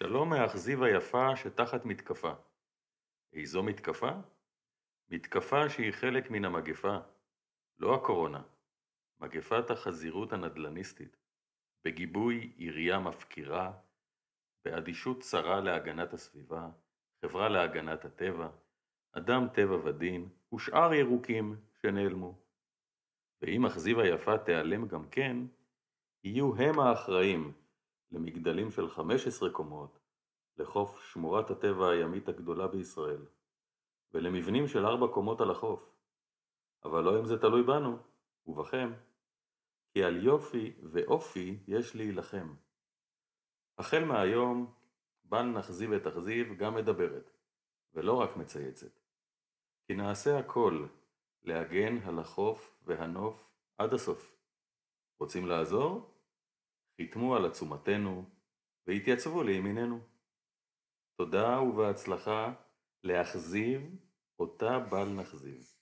שלום מהאכזיב היפה שתחת מתקפה. איזו מתקפה? מתקפה שהיא חלק מן המגפה, לא הקורונה. מגפת החזירות הנדל"ניסטית, בגיבוי עירייה מפקירה, באדישות צרה להגנת הסביבה, חברה להגנת הטבע, אדם טבע ודין ושאר ירוקים שנעלמו. ואם אכזיב היפה תיעלם גם כן, יהיו הם האחראים למגדלים של 15 קומות, לחוף שמורת הטבע הימית הגדולה בישראל, ולמבנים של 4 קומות על החוף. אבל לא אם זה תלוי בנו, ובכם, כי על יופי ואופי יש להילחם. החל מהיום, בל נחזיב את אכזיב גם מדברת, ולא רק מצייצת. כי נעשה הכל להגן על החוף והנוף עד הסוף. רוצים לעזור? חיתמו על עצומתנו והתייצבו לימיננו. תודה ובהצלחה לאכזיב אותה בל נחזיב.